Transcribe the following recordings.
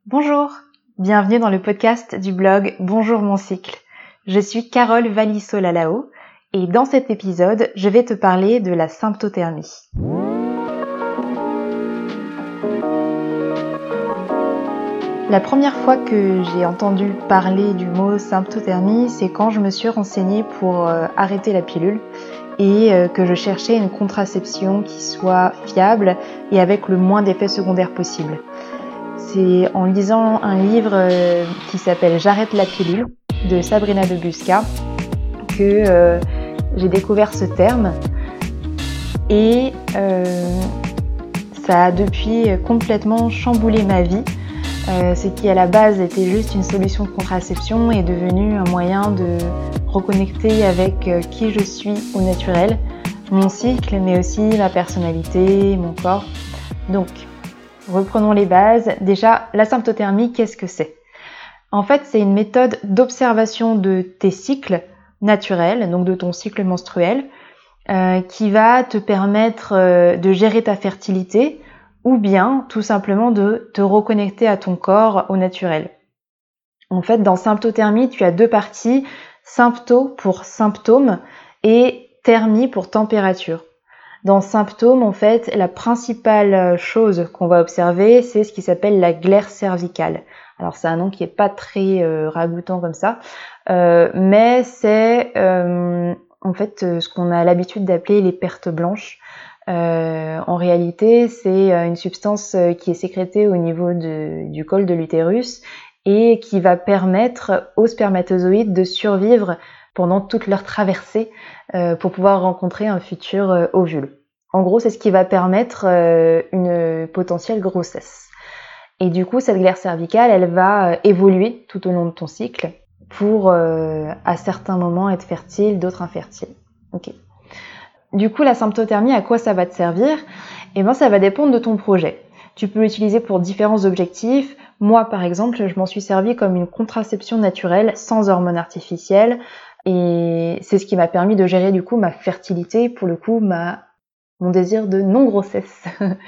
Bonjour, bienvenue dans le podcast du blog Bonjour mon cycle. Je suis Carole Valisso-Lalao et dans cet épisode, je vais te parler de la symptothermie. La première fois que j'ai entendu parler du mot symptothermie, c'est quand je me suis renseignée pour arrêter la pilule et que je cherchais une contraception qui soit fiable et avec le moins d'effets secondaires possible. C'est en lisant un livre qui s'appelle J'arrête la pilule de Sabrina Debusca que j'ai découvert ce terme et ça a depuis complètement chamboulé ma vie. Ce qui à la base était juste une solution de contraception est devenu un moyen de reconnecter avec qui je suis au naturel, mon cycle mais aussi ma personnalité, mon corps. Donc, reprenons les bases. Déjà, la symptothermie, qu'est-ce que c'est ? En fait, c'est une méthode d'observation de tes cycles naturels, donc de ton cycle menstruel, qui va te permettre de gérer ta fertilité ou bien tout simplement de te reconnecter à ton corps au naturel. En fait, dans symptothermie, tu as deux parties, sympto pour symptômes et thermie pour température. Dans symptômes, en fait, la principale chose qu'on va observer, c'est ce qui s'appelle la glaire cervicale. Alors, c'est un nom qui est pas très ragoûtant comme ça, mais c'est en fait ce qu'on a l'habitude d'appeler les pertes blanches. En réalité, c'est une substance qui est sécrétée au niveau du col de l'utérus et qui va permettre aux spermatozoïdes de survivre pendant toute leur traversée pour pouvoir rencontrer un futur ovule. En gros, c'est ce qui va permettre une potentielle grossesse. Et du coup, cette glaire cervicale, elle va évoluer tout au long de ton cycle pour, à certains moments, être fertile, d'autres infertile. Ok. Du coup, la symptothermie, à quoi ça va te servir ? Eh bien, ça va dépendre de ton projet. Tu peux l'utiliser pour différents objectifs. Moi, par exemple, je m'en suis servi comme une contraception naturelle, sans hormones artificielles. Et c'est ce qui m'a permis de gérer, du coup, ma fertilité, pour le coup, mon désir de non-grossesse.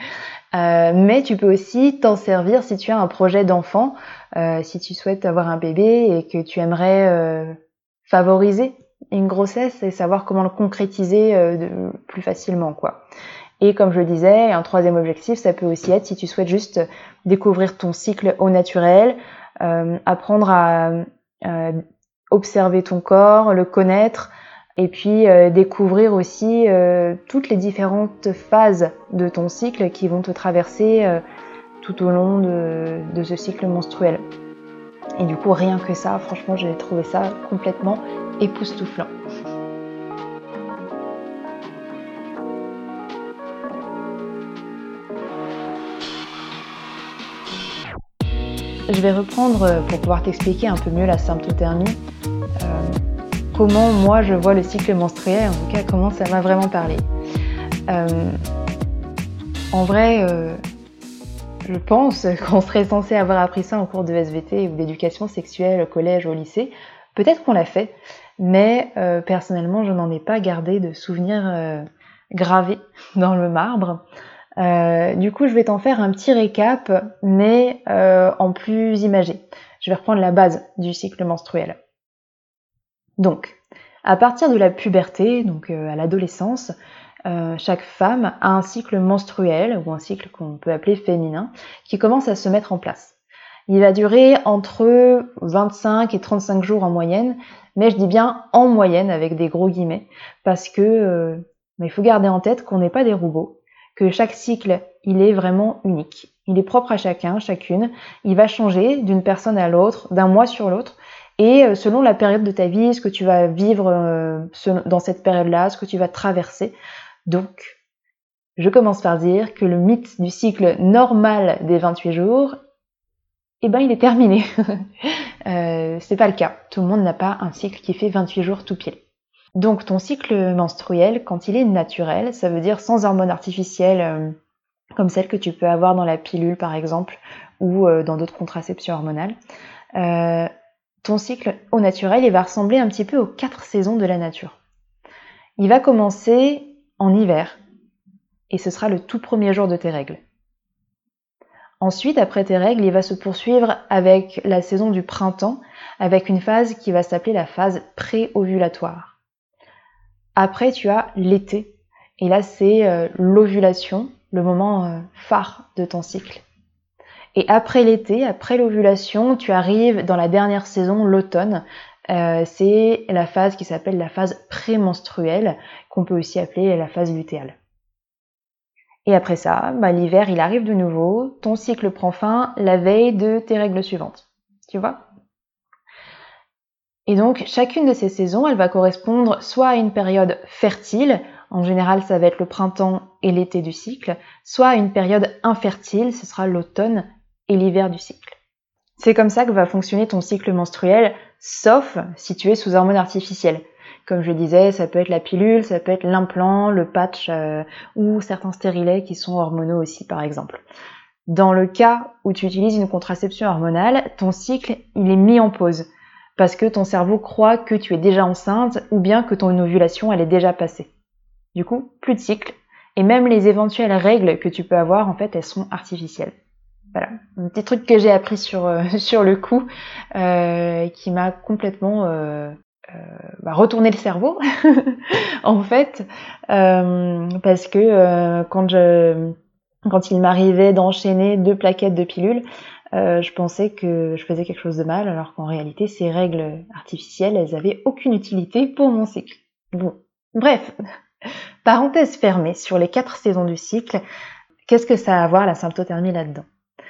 Mais tu peux aussi t'en servir si tu as un projet d'enfant, si tu souhaites avoir un bébé et que tu aimerais favoriser une grossesse et savoir comment le concrétiser plus facilement, quoi. Et comme je le disais, un troisième objectif, ça peut aussi être si tu souhaites juste découvrir ton cycle au naturel, apprendre à observer ton corps, le connaître, et puis découvrir aussi toutes les différentes phases de ton cycle qui vont te traverser tout au long de ce cycle menstruel. Et du coup, rien que ça, franchement, j'ai trouvé ça complètement époustouflant. Je vais reprendre pour pouvoir t'expliquer un peu mieux la symptothermie, comment moi je vois le cycle menstruel, en tout cas comment ça m'a vraiment parlé. En vrai, je pense qu'on serait censé avoir appris ça en cours de SVT ou d'éducation sexuelle au collège ou au lycée. Peut-être qu'on l'a fait, mais personnellement je n'en ai pas gardé de souvenirs gravés dans le marbre. Du coup, je vais t'en faire un petit récap, mais en plus imagé. Je vais reprendre la base du cycle menstruel. Donc, à partir de la puberté, donc à l'adolescence, chaque femme a un cycle menstruel, ou un cycle qu'on peut appeler féminin, qui commence à se mettre en place. Il va durer entre 25 et 35 jours en moyenne, mais je dis bien en moyenne avec des gros guillemets, parce que il faut garder en tête qu'on n'est pas des robots, que chaque cycle, il est vraiment unique. Il est propre à chacun, chacune. Il va changer d'une personne à l'autre, d'un mois sur l'autre, et selon la période de ta vie, ce que tu vas vivre dans cette période-là, ce que tu vas traverser. Donc, je commence par dire que le mythe du cycle normal des 28 jours, il est terminé. C'est pas le cas. Tout le monde n'a pas un cycle qui fait 28 jours tout pile. Donc, ton cycle menstruel, quand il est naturel, ça veut dire sans hormones artificielles, comme celles que tu peux avoir dans la pilule, par exemple, ou dans d'autres contraceptions hormonales. Ton cycle au naturel, il va ressembler un petit peu aux 4 saisons de la nature. Il va commencer en hiver, et ce sera le tout premier jour de tes règles. Ensuite, après tes règles, il va se poursuivre avec la saison du printemps, avec une phase qui va s'appeler la phase pré-ovulatoire. Après, tu as l'été. Et là, c'est l'ovulation, le moment phare de ton cycle. Et après l'été, après l'ovulation, tu arrives dans la dernière saison, l'automne. C'est la phase qui s'appelle la phase prémenstruelle, qu'on peut aussi appeler la phase lutéale. Et après ça, l'hiver, il arrive de nouveau, ton cycle prend fin la veille de tes règles suivantes. Tu vois ? Et donc, chacune de ces saisons, elle va correspondre soit à une période fertile, en général ça va être le printemps et l'été du cycle, soit à une période infertile, ce sera l'automne et l'hiver du cycle. C'est comme ça que va fonctionner ton cycle menstruel, sauf si tu es sous hormones artificielles. Comme je disais, ça peut être la pilule, ça peut être l'implant, le patch ou certains stérilets qui sont hormonaux aussi par exemple. Dans le cas où tu utilises une contraception hormonale, ton cycle il est mis en pause parce que ton cerveau croit que tu es déjà enceinte ou bien que ton ovulation elle est déjà passée. Du coup, plus de cycle et même les éventuelles règles que tu peux avoir en fait elles sont artificielles. Voilà, un petit truc que j'ai appris sur le coup qui m'a complètement retourné le cerveau en fait parce que quand il m'arrivait d'enchaîner 2 plaquettes de pilules, je pensais que je faisais quelque chose de mal alors qu'en réalité ces règles artificielles elles avaient aucune utilité pour mon cycle. Bon, bref, parenthèse fermée sur les 4 saisons du cycle. Qu'est-ce que ça a à voir la symptothermie là-dedans ?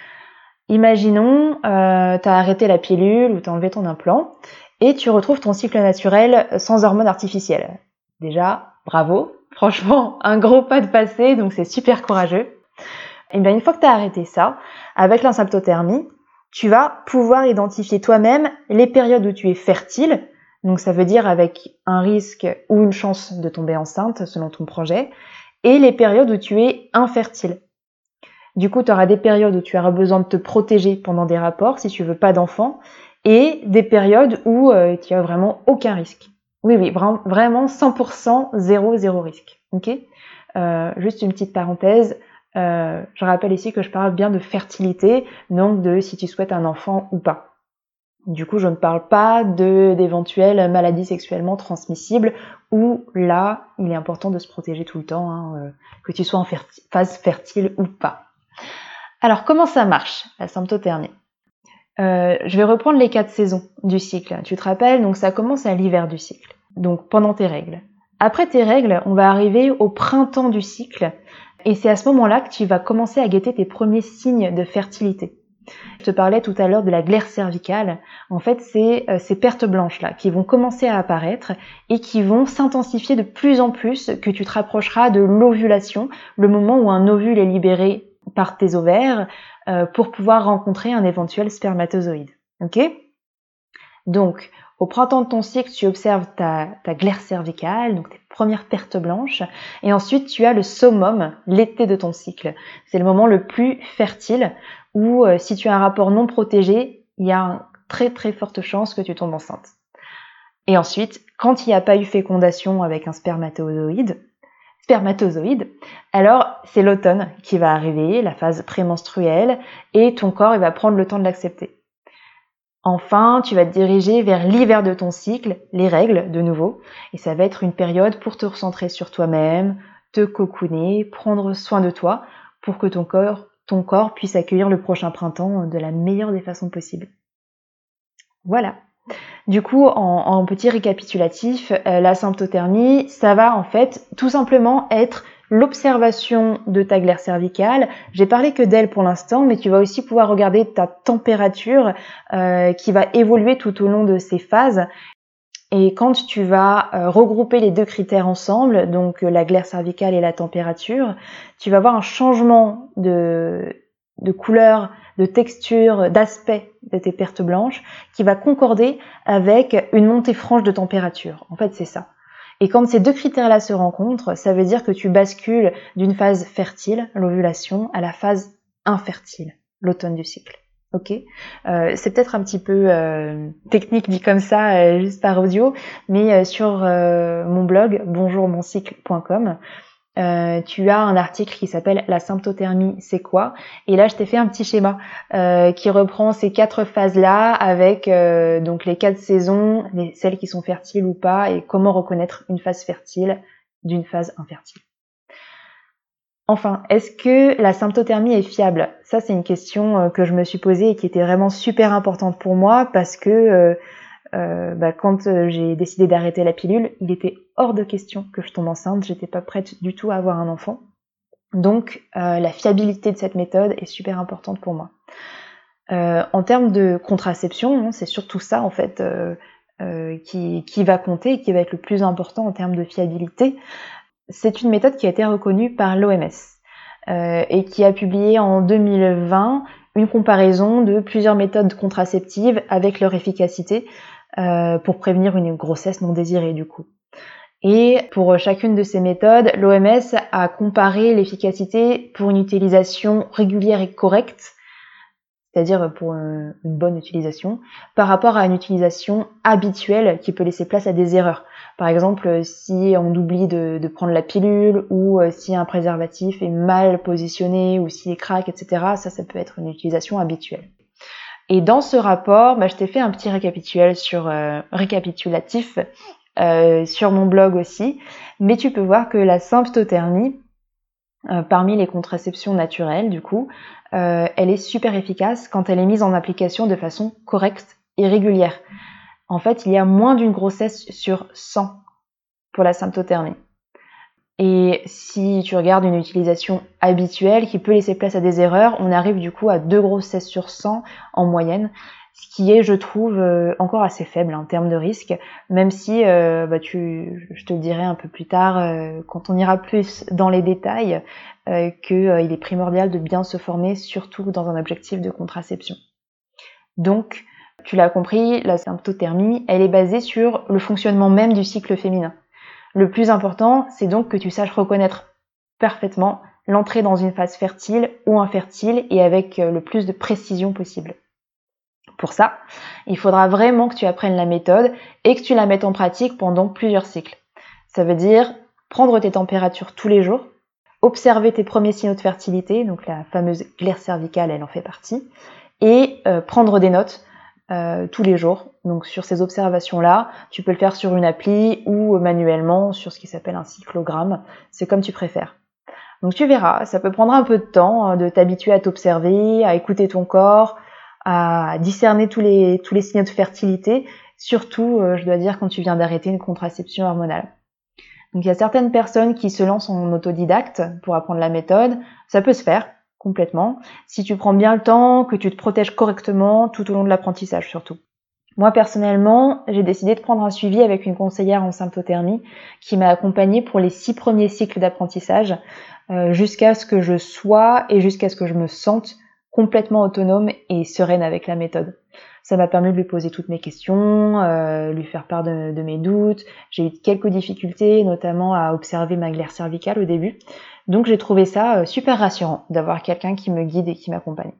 Imaginons, t'as arrêté la pilule ou t'as enlevé ton implant et tu retrouves ton cycle naturel sans hormones artificielles. Déjà, bravo, franchement, un gros pas de passé, donc c'est super courageux. Et bien une fois que t'as arrêté ça, avec la symptothermie, tu vas pouvoir identifier toi-même les périodes où tu es fertile, donc ça veut dire avec un risque ou une chance de tomber enceinte selon ton projet, et les périodes où tu es infertile. Du coup, tu auras des périodes où tu auras besoin de te protéger pendant des rapports si tu veux pas d'enfant et des périodes où tu as vraiment aucun risque. Oui, vraiment 100% zéro risque. Ok ? Juste une petite parenthèse. Je rappelle ici que je parle bien de fertilité, donc de si tu souhaites un enfant ou pas. Du coup, je ne parle pas d'éventuelles maladies sexuellement transmissibles où là, il est important de se protéger tout le temps, que tu sois en phase fertile ou pas. Alors, comment ça marche, la symptothermie ? Je vais reprendre les 4 saisons du cycle. Tu te rappelles, donc ça commence à l'hiver du cycle, donc pendant tes règles. Après tes règles, on va arriver au printemps du cycle, et c'est à ce moment-là que tu vas commencer à guetter tes premiers signes de fertilité. Je te parlais tout à l'heure de la glaire cervicale. En fait, c'est ces pertes blanches-là qui vont commencer à apparaître et qui vont s'intensifier de plus en plus que tu te rapprocheras de l'ovulation, le moment où un ovule est libéré par tes ovaires pour pouvoir rencontrer un éventuel spermatozoïde. Ok ? Donc, au printemps de ton cycle, tu observes ta glaire cervicale, donc tes premières pertes blanches, et ensuite tu as le summum, l'été de ton cycle. C'est le moment le plus fertile où si tu as un rapport non protégé, il y a une très forte chance que tu tombes enceinte. Et ensuite, quand il n'y a pas eu fécondation avec un spermatozoïde, alors c'est l'automne qui va arriver, la phase prémenstruelle, et ton corps il va prendre le temps de l'accepter. Enfin, tu vas te diriger vers l'hiver de ton cycle, les règles de nouveau, et ça va être une période pour te recentrer sur toi-même, te cocooner, prendre soin de toi, pour que ton corps puisse accueillir le prochain printemps de la meilleure des façons possibles. Voilà. Du coup, en petit récapitulatif, la symptothermie, ça va en fait tout simplement être l'observation de ta glaire cervicale. J'ai parlé que d'elle pour l'instant, mais tu vas aussi pouvoir regarder ta température qui va évoluer tout au long de ces phases. Et quand tu vas regrouper les 2 critères ensemble, donc la glaire cervicale et la température, tu vas voir un changement de couleur, de texture, d'aspect de tes pertes blanches qui va concorder avec une montée franche de température. En fait, c'est ça. Et quand ces 2 critères-là se rencontrent, ça veut dire que tu bascules d'une phase fertile, l'ovulation, à la phase infertile, l'automne du cycle. Ok, c'est peut-être un petit peu technique dit comme ça, juste par audio, mais sur mon blog bonjourmoncycle.com, tu as un article qui s'appelle « La symptothermie, c'est quoi ?» Et là, je t'ai fait un petit schéma qui reprend ces 4 phases-là avec donc les 4 saisons, celles qui sont fertiles ou pas, et comment reconnaître une phase fertile d'une phase infertile. Enfin, est-ce que la symptothermie est fiable ? Ça, c'est une question que je me suis posée et qui était vraiment super importante pour moi parce que quand j'ai décidé d'arrêter la pilule, il était hors de question que je tombe enceinte, j'étais pas prête du tout à avoir un enfant. Donc la fiabilité de cette méthode est super importante pour moi. En termes de contraception, c'est surtout ça en fait qui va compter et qui va être le plus important en termes de fiabilité. C'est une méthode qui a été reconnue par l'OMS et qui a publié en 2020 une comparaison de plusieurs méthodes contraceptives avec leur efficacité pour prévenir une grossesse non désirée du coup. Et pour chacune de ces méthodes, l'OMS a comparé l'efficacité pour une utilisation régulière et correcte, c'est-à-dire pour une bonne utilisation, par rapport à une utilisation habituelle qui peut laisser place à des erreurs. Par exemple, si on oublie de prendre la pilule ou si un préservatif est mal positionné ou s'il craque, etc., ça peut être une utilisation habituelle. Et dans ce rapport, je t'ai fait un petit récapitulatif sur mon blog aussi, mais tu peux voir que la symptothermie, parmi les contraceptions naturelles du coup, elle est super efficace quand elle est mise en application de façon correcte et régulière. En fait, il y a moins d'une grossesse sur 100 pour la symptothermie. Et si tu regardes une utilisation habituelle qui peut laisser place à des erreurs, on arrive du coup à 2 grossesses sur 100 en moyenne, ce qui est, je trouve, encore assez faible en termes de risque, même si, je te le dirai un peu plus tard, quand on ira plus dans les détails, qu'il est primordial de bien se former, surtout dans un objectif de contraception. Donc, tu l'as compris, la symptothermie, elle est basée sur le fonctionnement même du cycle féminin. Le plus important, c'est donc que tu saches reconnaître parfaitement l'entrée dans une phase fertile ou infertile et avec le plus de précision possible. Pour ça, il faudra vraiment que tu apprennes la méthode et que tu la mettes en pratique pendant plusieurs cycles. Ça veut dire prendre tes températures tous les jours, observer tes premiers signaux de fertilité, donc la fameuse glaire cervicale, elle en fait partie, et prendre des notes tous les jours. Donc sur ces observations-là, tu peux le faire sur une appli ou manuellement sur ce qui s'appelle un cyclogramme. C'est comme tu préfères. Donc tu verras, ça peut prendre un peu de temps de t'habituer à t'observer, à écouter ton corps, à discerner tous les signaux de fertilité, surtout, je dois dire, quand tu viens d'arrêter une contraception hormonale. Donc il y a certaines personnes qui se lancent en autodidacte pour apprendre la méthode, ça peut se faire complètement, si tu prends bien le temps, que tu te protèges correctement tout au long de l'apprentissage surtout. Moi personnellement, j'ai décidé de prendre un suivi avec une conseillère en symptothermie qui m'a accompagnée pour les 6 premiers cycles d'apprentissage jusqu'à ce que je sois et jusqu'à ce que je me sente complètement autonome et sereine avec la méthode. Ça m'a permis de lui poser toutes mes questions, lui faire part de mes doutes. J'ai eu quelques difficultés, notamment à observer ma glaire cervicale au début. Donc j'ai trouvé ça super rassurant d'avoir quelqu'un qui me guide et qui m'accompagne.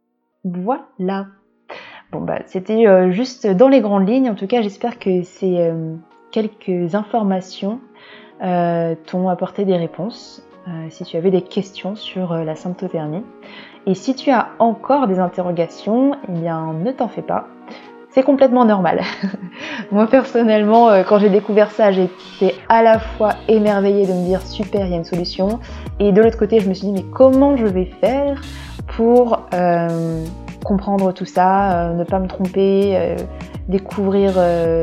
Voilà. Bon c'était juste dans les grandes lignes. En tout cas, j'espère que ces quelques informations t'ont apporté des réponses. Si tu avais des questions sur la symptothermie. Et si tu as encore des interrogations, eh bien ne t'en fais pas, c'est complètement normal. Moi personnellement, quand j'ai découvert ça, j'étais à la fois émerveillée de me dire super, il y a une solution, et de l'autre côté je me suis dit mais comment je vais faire pour comprendre tout ça, ne pas me tromper, découvrir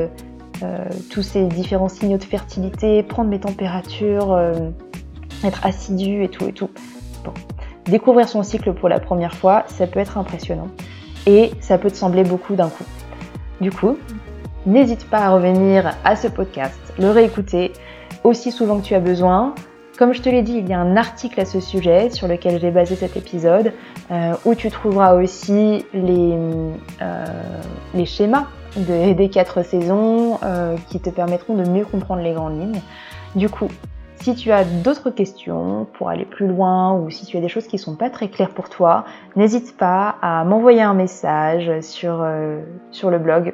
tous ces différents signaux de fertilité, prendre mes températures, être assidue et tout. Bon. Découvrir son cycle pour la première fois, ça peut être impressionnant et ça peut te sembler beaucoup d'un coup. Du coup, n'hésite pas à revenir à ce podcast, le réécouter aussi souvent que tu as besoin. Comme je te l'ai dit, il y a un article à ce sujet sur lequel j'ai basé cet épisode où tu trouveras aussi les schémas des 4 saisons qui te permettront de mieux comprendre les grandes lignes. Du coup, si tu as d'autres questions pour aller plus loin ou si tu as des choses qui ne sont pas très claires pour toi, n'hésite pas à m'envoyer un message sur le blog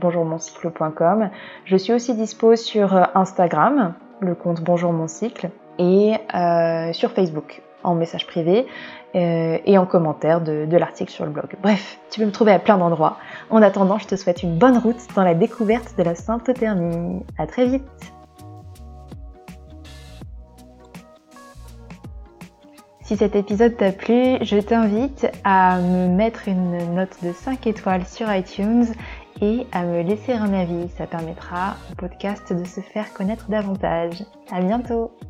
bonjourmoncycle.com. Je suis aussi dispo sur Instagram, le compte Bonjour Mon Cycle. et sur Facebook en message privé et en commentaire de l'article sur le blog. Bref, tu peux me trouver à plein d'endroits. En attendant, je te souhaite une bonne route dans la découverte de la symptothermie. À très vite! Si cet épisode t'a plu, je t'invite à me mettre une note de 5 étoiles sur iTunes et à me laisser un avis. Ça permettra au podcast de se faire connaître davantage. À bientôt!